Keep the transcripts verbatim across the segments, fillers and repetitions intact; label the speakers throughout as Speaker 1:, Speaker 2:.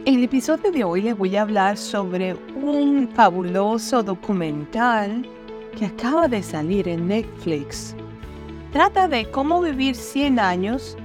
Speaker 1: En el episodio de hoy les voy a hablar sobre un fabuloso documental que acaba de salir en Netflix. Trata de cómo vivir cien años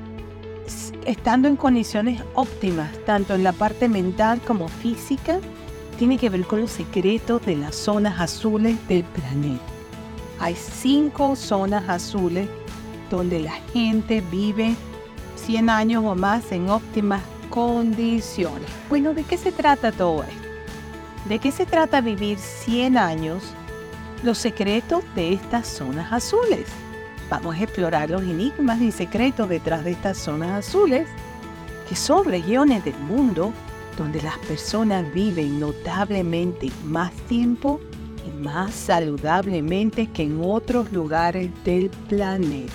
Speaker 1: estando en condiciones óptimas, tanto en la parte mental como física. Tiene que ver con los secretos de las zonas azules del planeta. Hay cinco zonas azules donde la gente vive cien años o más en óptimas condiciones. Bueno, ¿de qué se trata todo esto? ¿De qué se trata vivir cien años? Los secretos de estas zonas azules. Vamos a explorar los enigmas y secretos detrás de estas zonas azules, que son regiones del mundo donde las personas viven notablemente más tiempo y más saludablemente que en otros lugares del planeta.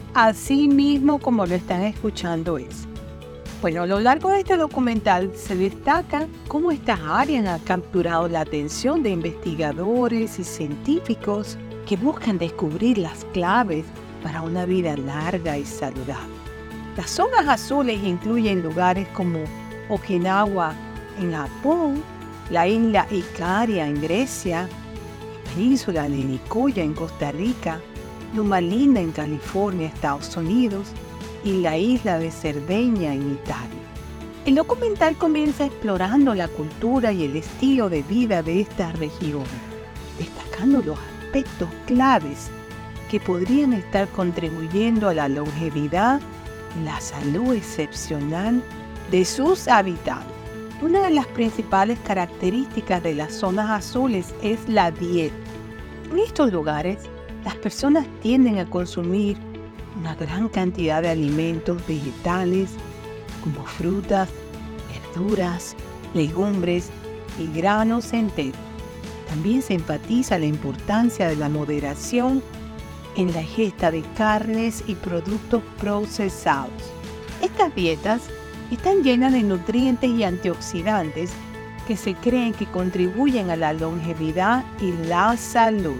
Speaker 1: Así mismo como lo están escuchando es. Bueno, a lo largo de este documental se destaca cómo estas áreas han capturado la atención de investigadores y científicos que buscan descubrir las claves para una vida larga y saludable. Las zonas azules incluyen lugares como Okinawa en Japón, la isla Ikaria en Grecia, la península de Nicoya en Costa Rica, Loma Linda en California, Estados Unidos, y la isla de Cerdeña en Italia. El documental comienza explorando la cultura y el estilo de vida de estas regiones, destacando los aspectos claves que podrían estar contribuyendo a la longevidad y la salud excepcional de sus habitantes. Una de las principales características de las zonas azules es la dieta. En estos lugares, las personas tienden a consumir una gran cantidad de alimentos vegetales como frutas, verduras, legumbres y granos enteros. También se enfatiza la importancia de la moderación en la ingesta de carnes y productos procesados. Estas dietas están llenas de nutrientes y antioxidantes que se creen que contribuyen a la longevidad y la salud.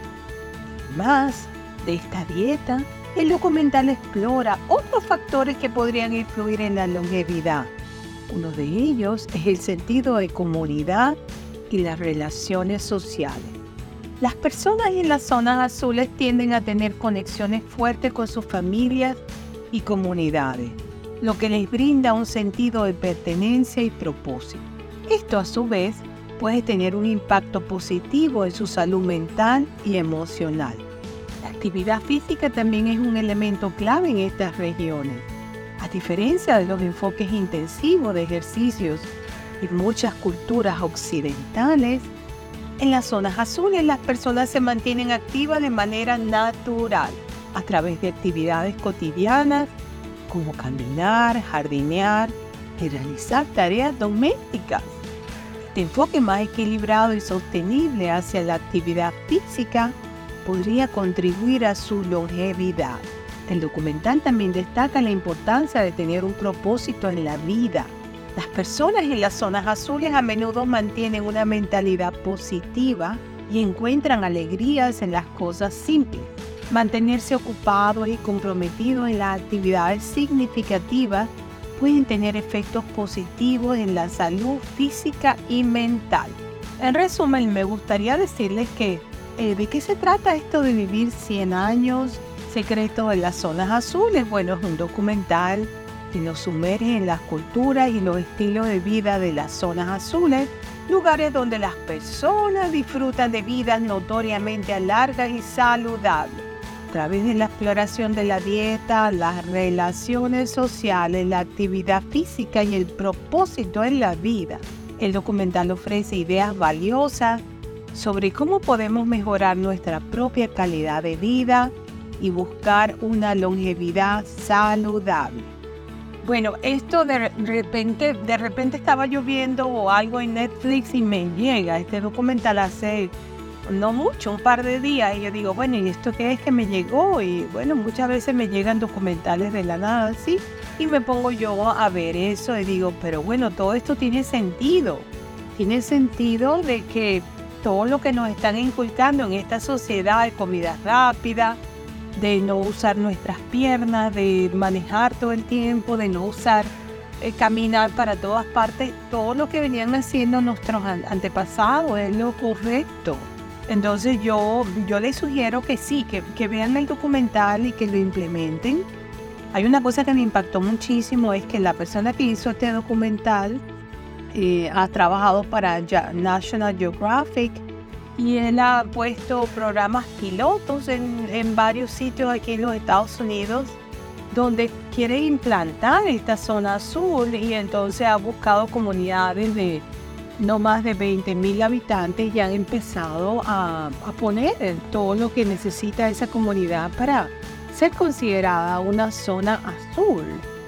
Speaker 1: Además de esta dieta, el documental explora otros factores que podrían influir en la longevidad. Uno de ellos es el sentido de comunidad y las relaciones sociales. Las personas en las zonas azules tienden a tener conexiones fuertes con sus familias y comunidades, lo que les brinda un sentido de pertenencia y propósito. Esto, a su vez, puede tener un impacto positivo en su salud mental y emocional. La actividad física también es un elemento clave en estas regiones. A diferencia de los enfoques intensivos de ejercicios en muchas culturas occidentales, en las zonas azules las personas se mantienen activas de manera natural a través de actividades cotidianas como caminar, jardinear y realizar tareas domésticas. Este enfoque más equilibrado y sostenible hacia la actividad física podría contribuir a su longevidad. El documental también destaca la importancia de tener un propósito en la vida. Las personas en las zonas azules a menudo mantienen una mentalidad positiva y encuentran alegrías en las cosas simples. Mantenerse ocupados y comprometidos en las actividades significativas pueden tener efectos positivos en la salud física y mental. En resumen, me gustaría decirles que Eh, ¿de qué se trata esto de vivir cien años? Secretos de las zonas azules. Bueno, es un documental que nos sumerge en las culturas y los estilos de vida de las zonas azules, lugares donde las personas disfrutan de vidas notoriamente largas y saludables. A través de la exploración de la dieta, las relaciones sociales, la actividad física y el propósito en la vida, el documental ofrece ideas valiosas sobre cómo podemos mejorar nuestra propia calidad de vida y buscar una longevidad saludable. Bueno, esto de repente, de repente estaba yo viendo algo en Netflix y me llega este documental hace no mucho, un par de días, y yo digo, bueno, ¿y esto qué es que me llegó? Y bueno, muchas veces me llegan documentales de la nada, ¿sí? Y me pongo yo a ver eso y digo, pero bueno, todo esto tiene sentido. Tiene sentido de que todo lo que nos están inculcando en esta sociedad de comida rápida, de no usar nuestras piernas, de manejar todo el tiempo, de no usar eh, caminar para todas partes. Todo lo que venían haciendo nuestros antepasados es lo correcto. Entonces yo, yo les sugiero que sí, que, que vean el documental y que lo implementen. Hay una cosa que me impactó muchísimo, es que la persona que hizo este documental eh, ha trabajado para National Geographic y él ha puesto programas pilotos en, en varios sitios aquí en los Estados Unidos donde quiere implantar esta zona azul, y entonces ha buscado comunidades de no más de veinte mil habitantes y han empezado a, a poner todo lo que necesita esa comunidad para ser considerada una zona azul.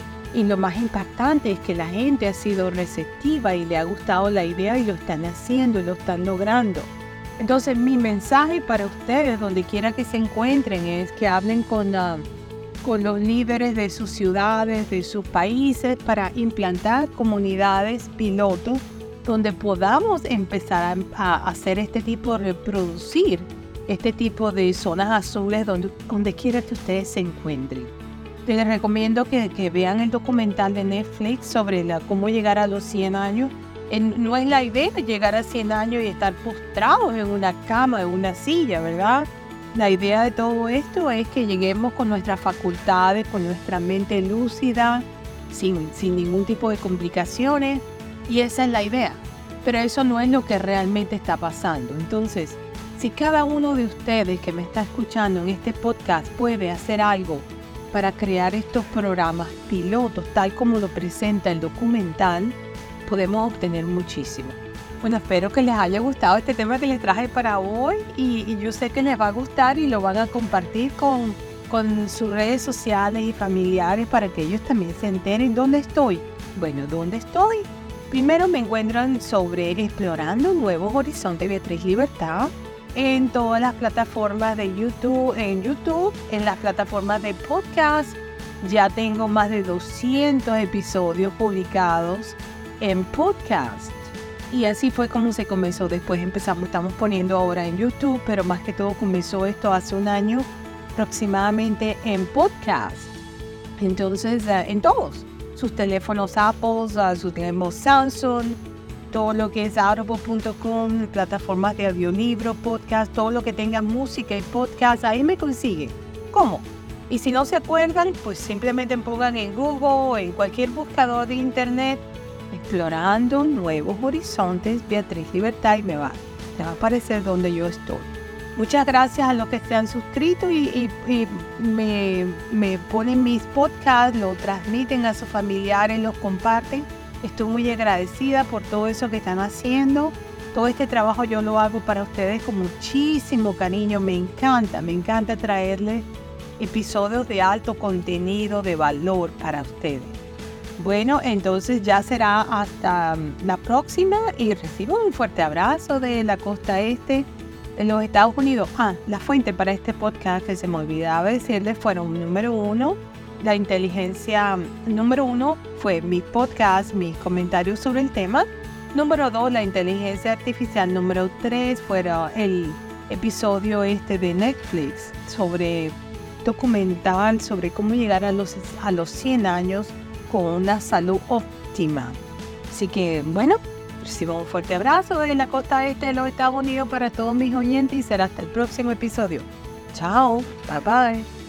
Speaker 1: Y lo más impactante es que la gente ha sido receptiva y le ha gustado la idea y lo están haciendo y lo están logrando. Entonces mi mensaje para ustedes, donde quiera que se encuentren, es que hablen con, uh, con los líderes de sus ciudades, de sus países, para implantar comunidades pilotos donde podamos empezar a, a hacer este tipo de reproducir este tipo de zonas azules donde, donde quiera que ustedes se encuentren. Les recomiendo que, que vean el documental de Netflix sobre la, cómo llegar a los cien años. En, no es la idea llegar a cien años y estar postrados en una cama, en una silla, ¿verdad? La idea de todo esto es que lleguemos con nuestras facultades, con nuestra mente lúcida, sin, sin ningún tipo de complicaciones. Y esa es la idea, pero eso no es lo que realmente está pasando. Entonces, si cada uno de ustedes que me está escuchando en este podcast puede hacer algo para crear estos programas pilotos, tal como lo presenta el documental, podemos obtener muchísimo. Bueno, espero que les haya gustado este tema que les traje para hoy y, y yo sé que les va a gustar y lo van a compartir con, con sus redes sociales y familiares para que ellos también se enteren. ¿Dónde estoy? Bueno, ¿dónde estoy? Primero me encuentran sobre Explorando Nuevos Horizontes Beatriz Libertad en todas las plataformas de YouTube, en YouTube, en las plataformas de podcast. Ya tengo más de doscientos episodios publicados en podcast. Y así fue como se comenzó. Después empezamos, estamos poniendo ahora en YouTube, pero más que todo comenzó esto hace un año aproximadamente en podcast. Entonces, uh, en todos. Sus teléfonos Apple, uh, sus teléfonos Samsung, todo lo que es audible punto com, plataformas de audiolibro, podcast, todo lo que tenga música y podcast, ahí me consiguen. ¿Cómo? Y si no se acuerdan, pues simplemente pongan en Google o en cualquier buscador de internet Explorando Nuevos Horizontes Beatriz Libertad y me va, me va a aparecer donde yo estoy. Muchas gracias a los que se han suscrito y, y, y me, me ponen mis podcasts, lo transmiten a sus familiares, los comparten. Estoy muy agradecida por todo eso que están haciendo. Todo este trabajo yo lo hago para ustedes con muchísimo cariño. Me encanta, me encanta traerles episodios de alto contenido, de valor para ustedes. Bueno, entonces ya será hasta la próxima y recibo un fuerte abrazo de la costa este de los Estados Unidos. Ah, la fuente para este podcast que se me olvidaba decirles fueron número uno, la inteligencia, número uno fue mi podcast, mis comentarios sobre el tema. Número dos, la inteligencia artificial. Número tres, fuera el episodio este de Netflix sobre documental, sobre cómo llegar a los, a los cien años con una salud óptima. Así que, bueno, recibo un fuerte abrazo de la costa este de los Estados Unidos para todos mis oyentes y será hasta el próximo episodio. Chao, bye bye.